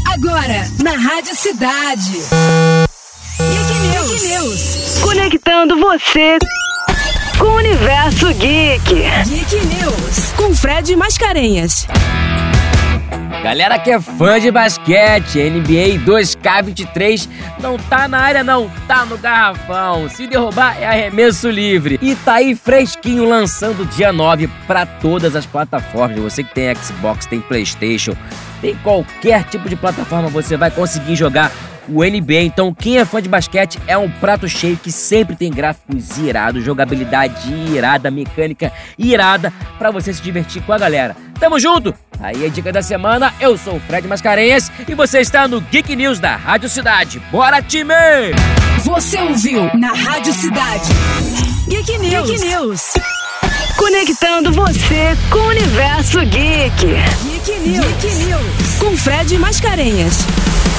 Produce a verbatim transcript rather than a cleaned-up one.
Agora, na Rádio Cidade. Geek News. Geek News. Conectando você com o universo geek. Geek News. Com Fred Mascarenhas. Galera que é fã de basquete, N B A dois K vinte e três não tá na área não, tá no garrafão. Se derrubar é arremesso livre. E tá aí fresquinho, lançando dia nove pra todas as plataformas. Você que tem Xbox, tem PlayStation, tem qualquer tipo de plataforma, você vai conseguir jogar o N B A. Então quem é fã de basquete é um prato cheio que sempre tem gráficos irados, jogabilidade irada, mecânica irada pra você se divertir com a galera. Tamo junto? Aí a dica da semana, eu sou o Fred Mascarenhas e você está no Geek News da Rádio Cidade. Bora, time! Você ouviu na Rádio Cidade. Geek News. Geek News. Conectando você com o universo geek. Geek News. Geek News. Com Fred Mascarenhas.